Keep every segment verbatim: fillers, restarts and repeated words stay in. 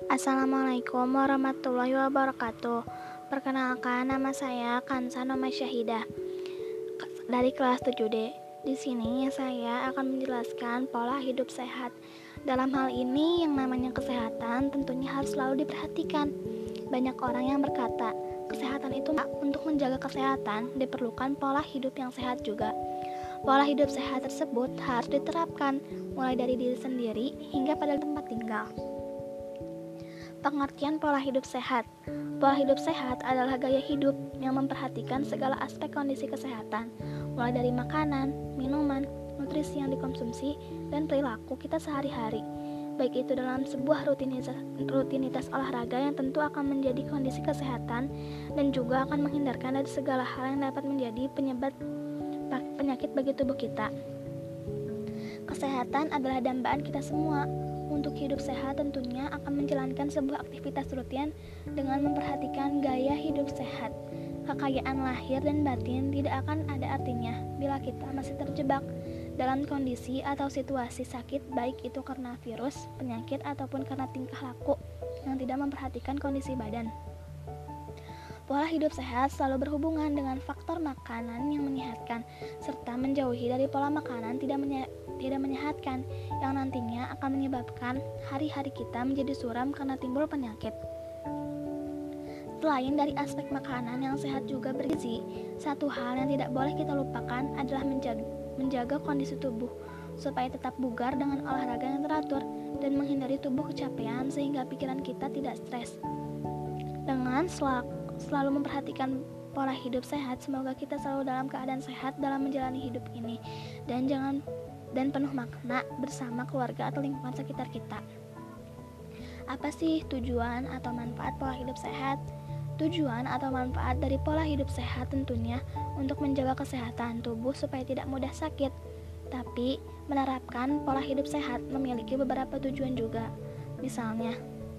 Assalamualaikum warahmatullahi wabarakatuh. Perkenalkan, nama saya Kansa Noma Syahidah dari kelas tujuh D. Di sini saya akan menjelaskan pola hidup sehat. Dalam hal ini yang namanya kesehatan tentunya harus selalu diperhatikan. Banyak orang yang berkata, kesehatan itu untuk menjaga kesehatan diperlukan pola hidup yang sehat juga. Pola hidup sehat tersebut harus diterapkan mulai dari diri sendiri hingga pada tempat tinggal. Pengertian pola hidup sehat. Pola hidup sehat adalah gaya hidup yang memperhatikan segala aspek kondisi kesehatan, mulai dari makanan, minuman, nutrisi yang dikonsumsi, dan perilaku kita sehari-hari. Baik itu dalam sebuah rutinitas, rutinitas olahraga yang tentu akan menjadi kondisi kesehatan dan juga akan menghindarkan dari segala hal yang dapat menjadi penyebab penyakit bagi tubuh kita. Kesehatan adalah dambaan kita semua. Untuk hidup sehat tentunya akan menjalankan sebuah aktivitas rutin dengan memperhatikan gaya hidup sehat. Kekayaan lahir dan batin tidak akan ada artinya bila kita masih terjebak dalam kondisi atau situasi sakit, baik itu karena virus, penyakit, ataupun karena tingkah laku yang tidak memperhatikan kondisi badan. Pola hidup sehat selalu berhubungan dengan faktor makanan yang menyehatkan, serta menjauhi dari pola makanan tidak menye- tidak menyehatkan, yang nantinya akan menyebabkan hari-hari kita menjadi suram karena timbul penyakit. Selain dari aspek makanan yang sehat juga bergizi, satu hal yang tidak boleh kita lupakan adalah menjaga, menjaga kondisi tubuh, supaya tetap bugar dengan olahraga yang teratur, dan menghindari tubuh kecapean sehingga pikiran kita tidak stres. Dengan selaku Selalu memperhatikan pola hidup sehat, semoga kita selalu dalam keadaan sehat dalam menjalani hidup ini, dan jangan dan penuh makna bersama keluarga atau lingkungan sekitar kita. Apa sih tujuan atau manfaat pola hidup sehat? Tujuan atau manfaat dari pola hidup sehat tentunya untuk menjaga kesehatan tubuh supaya tidak mudah sakit. Tapi menerapkan pola hidup sehat memiliki beberapa tujuan juga. Misalnya,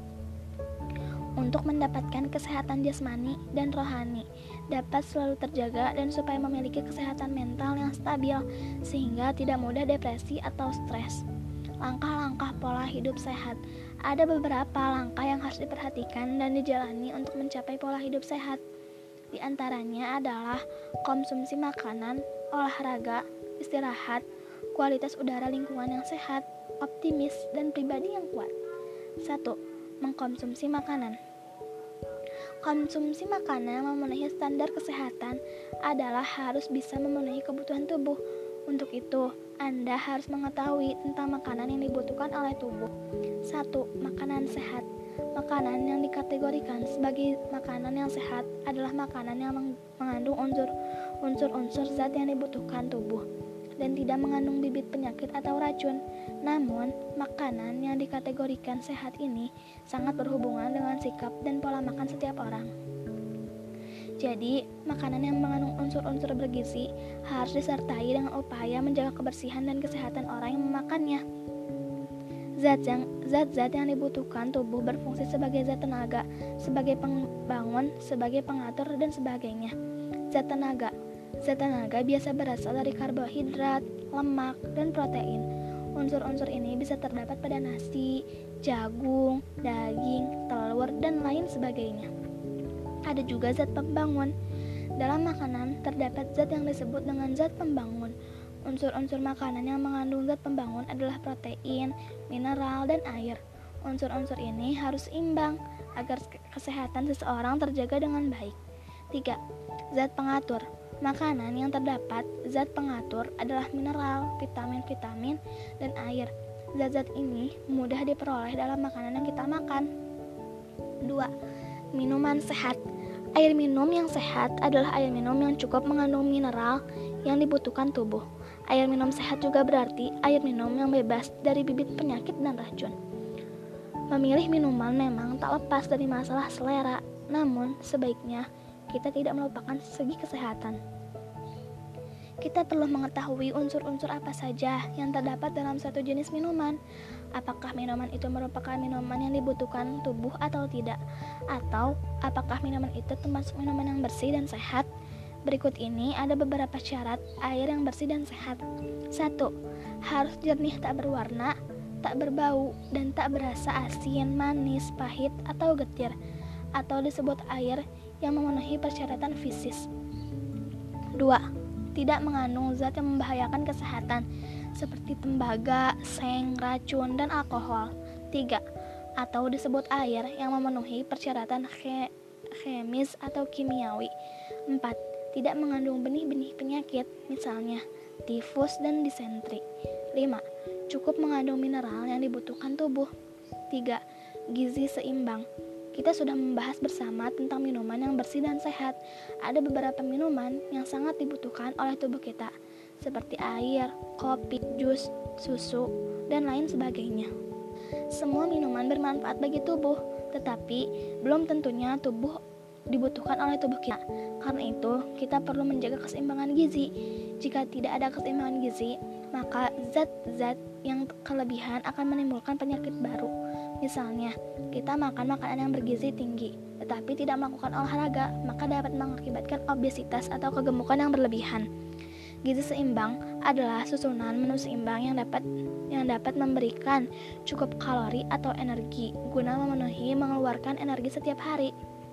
untuk mendapatkan kesehatan jasmani dan rohani dapat selalu terjaga dan supaya memiliki kesehatan mental yang stabil sehingga tidak mudah depresi atau stres. Langkah-langkah pola hidup sehat. Ada beberapa langkah yang harus diperhatikan dan dijalani untuk mencapai pola hidup sehat. Di antaranya adalah konsumsi makanan, olahraga, istirahat, kualitas udara lingkungan yang sehat, optimis, dan pribadi yang kuat. satu. Mengkonsumsi makanan. Konsumsi makanan yang memenuhi standar kesehatan adalah harus bisa memenuhi kebutuhan tubuh. Untuk itu, Anda harus mengetahui tentang makanan yang dibutuhkan oleh tubuh. satu. Makanan sehat. Makanan yang dikategorikan sebagai makanan yang sehat adalah makanan yang mengandung unsur unsur-unsur zat yang dibutuhkan tubuh dan tidak mengandung bibit penyakit atau racun. Namun, makanan yang dikategorikan sehat ini sangat berhubungan dengan sikap dan pola makan setiap orang. Jadi, makanan yang mengandung unsur-unsur bergizi harus disertai dengan upaya menjaga kebersihan dan kesehatan orang yang memakannya. Zat yang, zat-zat yang dibutuhkan tubuh berfungsi sebagai zat tenaga, sebagai pembangun, sebagai pengatur, dan sebagainya. Zat tenaga Zat tenaga biasa berasal dari karbohidrat, lemak, dan protein. Unsur-unsur ini bisa terdapat pada nasi, jagung, daging, telur, dan lain sebagainya. Ada juga zat pembangun. Dalam makanan terdapat zat yang disebut dengan zat pembangun. Unsur-unsur makanan yang mengandung zat pembangun adalah protein, mineral, dan air. Unsur-unsur ini harus imbang agar kesehatan seseorang terjaga dengan baik. tiga. Zat pengatur. Makanan yang terdapat zat pengatur adalah mineral, vitamin-vitamin, dan air. Zat-zat ini mudah diperoleh dalam makanan yang kita makan. dua. Minuman sehat. Air minum yang sehat adalah air minum yang cukup mengandung mineral yang dibutuhkan tubuh. Air minum sehat juga berarti air minum yang bebas dari bibit penyakit dan racun. Memilih minuman memang tak lepas dari masalah selera, namun sebaiknya kita tidak melupakan segi kesehatan. Kita perlu mengetahui unsur-unsur apa saja yang terdapat dalam satu jenis minuman. Apakah minuman itu merupakan minuman yang dibutuhkan tubuh atau tidak? Atau apakah minuman itu termasuk minuman yang bersih dan sehat? Berikut ini ada beberapa syarat air yang bersih dan sehat. satu. Harus jernih tak berwarna, tak berbau dan tak berasa asin, manis, pahit, atau getir, atau disebut air yang memenuhi persyaratan fisis. Dua. Tidak mengandung zat yang membahayakan kesehatan seperti tembaga, seng, racun, dan alkohol. Tiga. Atau disebut air yang memenuhi persyaratan ke- kemis atau kimiawi. Empat. Tidak mengandung benih-benih penyakit, misalnya tifus dan disentri. Lima. Cukup mengandung mineral yang dibutuhkan tubuh. Tiga. Gizi seimbang. Kita sudah membahas bersama tentang minuman yang bersih dan sehat. Ada beberapa minuman yang sangat dibutuhkan oleh tubuh kita, seperti air, kopi, jus, susu, dan lain sebagainya. Semua minuman bermanfaat bagi tubuh, tetapi belum tentunya tubuh dibutuhkan oleh tubuh kita. Karena itu, kita perlu menjaga keseimbangan gizi. Jika tidak ada keseimbangan gizi, maka zat-zat yang kelebihan akan menimbulkan penyakit baru. Misalnya, kita makan makanan yang bergizi tinggi, tetapi tidak melakukan olahraga, maka dapat mengakibatkan obesitas atau kegemukan yang berlebihan. Gizi seimbang adalah susunan menu seimbang yang dapat yang dapat memberikan cukup kalori atau energi guna memenuhi mengeluarkan energi setiap hari.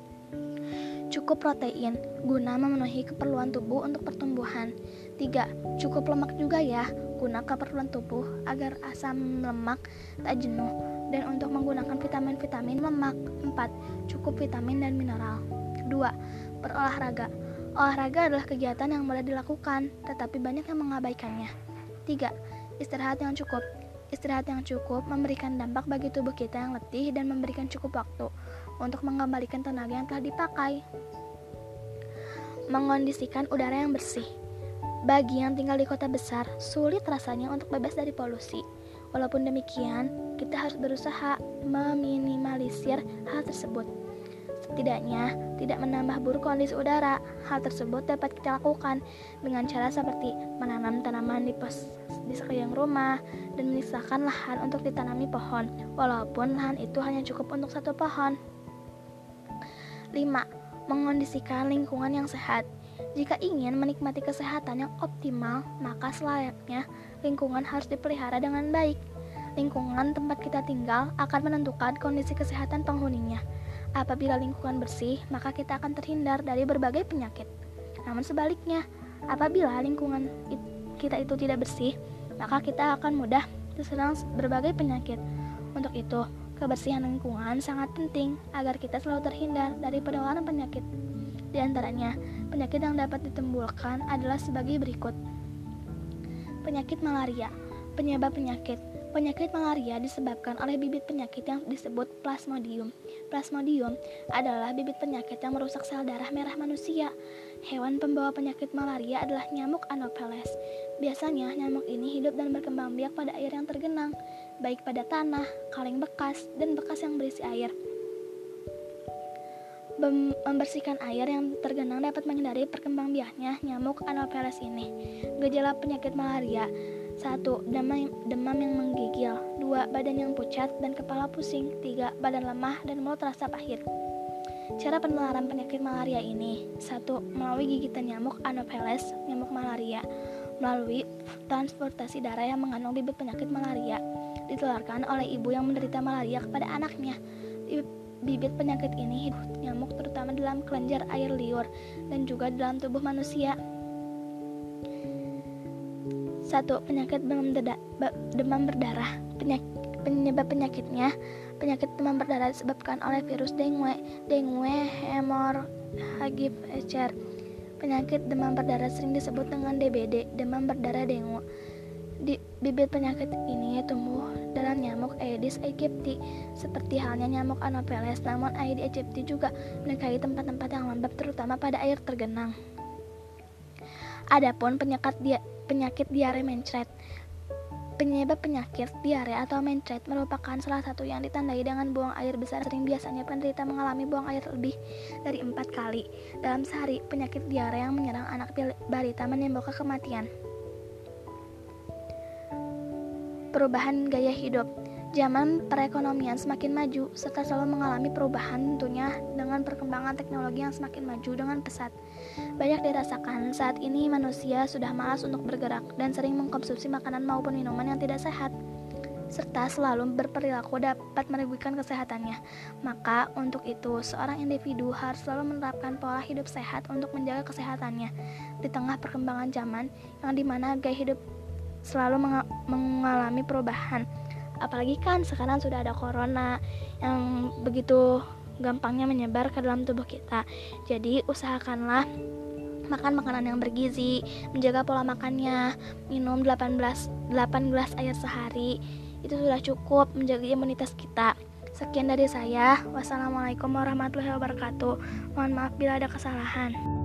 Cukup protein guna memenuhi keperluan tubuh untuk pertumbuhan. Tiga. Cukup lemak juga ya, guna keperluan tubuh agar asam lemak tak jenuh dan untuk menggunakan vitamin-vitamin lemak. Empat. Cukup vitamin dan mineral. Dua. Berolahraga. Olahraga adalah kegiatan yang mudah dilakukan, tetapi banyak yang mengabaikannya. Tiga. Istirahat yang cukup. Istirahat yang cukup memberikan dampak bagi tubuh kita yang letih dan memberikan cukup waktu untuk mengembalikan tenaga yang telah dipakai. Mengondisikan udara yang bersih. Bagi yang tinggal di kota besar, sulit rasanya untuk bebas dari polusi. Walaupun demikian, kita harus berusaha meminimalisir hal tersebut. Setidaknya tidak menambah buruk kondisi udara. Hal tersebut dapat kita lakukan dengan cara seperti menanam tanaman di pos di sekeliling rumah dan menyisahkan lahan untuk ditanami pohon, walaupun lahan itu hanya cukup untuk satu pohon. Lima. Mengondisikan lingkungan yang sehat. Jika ingin menikmati kesehatan yang optimal, maka selayaknya lingkungan harus dipelihara dengan baik. Lingkungan tempat kita tinggal akan menentukan kondisi kesehatan penghuninya. Apabila lingkungan bersih, maka kita akan terhindar dari berbagai penyakit. Namun sebaliknya, apabila lingkungan kita itu tidak bersih, maka kita akan mudah terserang berbagai penyakit. Untuk itu, kebersihan lingkungan sangat penting agar kita selalu terhindar dari penularan penyakit. Di antaranya, penyakit yang dapat ditimbulkan adalah sebagai berikut. Penyakit malaria. Penyebab penyakit. Penyakit malaria disebabkan oleh bibit penyakit yang disebut Plasmodium. Plasmodium adalah bibit penyakit yang merusak sel darah merah manusia. Hewan pembawa penyakit malaria adalah nyamuk Anopheles. Biasanya nyamuk ini hidup dan berkembang biak pada air yang tergenang, baik pada tanah, kaleng bekas, dan bekas yang berisi air. Membersihkan air yang tergenang dapat menghindari perkembangbiaknya nyamuk Anopheles ini. Gejala penyakit malaria. Satu. Demam, demam yang menggigil. Dua. Badan yang pucat dan kepala pusing. Tiga. Badan lemah dan mulut terasa pahit. Cara penularan penyakit malaria ini. Satu. Melalui gigitan nyamuk Anopheles, nyamuk malaria. Melalui transportasi darah yang mengandung bibit penyakit malaria. Ditularkan oleh ibu yang menderita malaria kepada anaknya. Bibit penyakit ini hidup nyamuk terutama dalam kelenjar air liur dan juga dalam tubuh manusia. Satu. Penyakit demam, deda, demam berdarah. Penyakit, penyebab penyakitnya, penyakit demam berdarah disebabkan oleh virus dengue, dengue hemorrhagic fever. Penyakit demam berdarah sering disebut dengan D B D, demam berdarah dengue. Di, bibit penyakit ini tumbuh dalam nyamuk Aedes aegypti, seperti halnya nyamuk Anopheles. Namun Aedes aegypti juga menyukai tempat-tempat yang lembab, terutama pada air tergenang. Adapun penyakit dia Penyakit diare mencret. Penyebab penyakit diare atau mencret merupakan salah satu yang ditandai dengan buang air besar. Sering biasanya penderita mengalami buang air lebih dari empat kali dalam sehari. Penyakit diare yang menyerang anak balita menimbulkan kematian. Perubahan gaya hidup. Zaman perekonomian semakin maju serta selalu mengalami perubahan, tentunya dengan perkembangan teknologi yang semakin maju dengan pesat. Banyak dirasakan saat ini manusia sudah malas untuk bergerak dan sering mengkonsumsi makanan maupun minuman yang tidak sehat. serta selalu berperilaku dapat merugikan kesehatannya. Maka untuk itu, seorang individu harus selalu menerapkan pola hidup sehat untuk menjaga kesehatannya. Di tengah perkembangan zaman yang dimana gaya hidup selalu menga- mengalami perubahan. Apalagi kan sekarang sudah ada corona yang begitu gampangnya menyebar ke dalam tubuh kita. Jadi usahakanlah makan makanan yang bergizi, menjaga pola makannya, minum delapan belas, delapan gelas air sehari. Itu sudah cukup menjaga imunitas kita. Sekian dari saya. Wassalamualaikum warahmatullahi wabarakatuh. Mohon maaf bila ada kesalahan.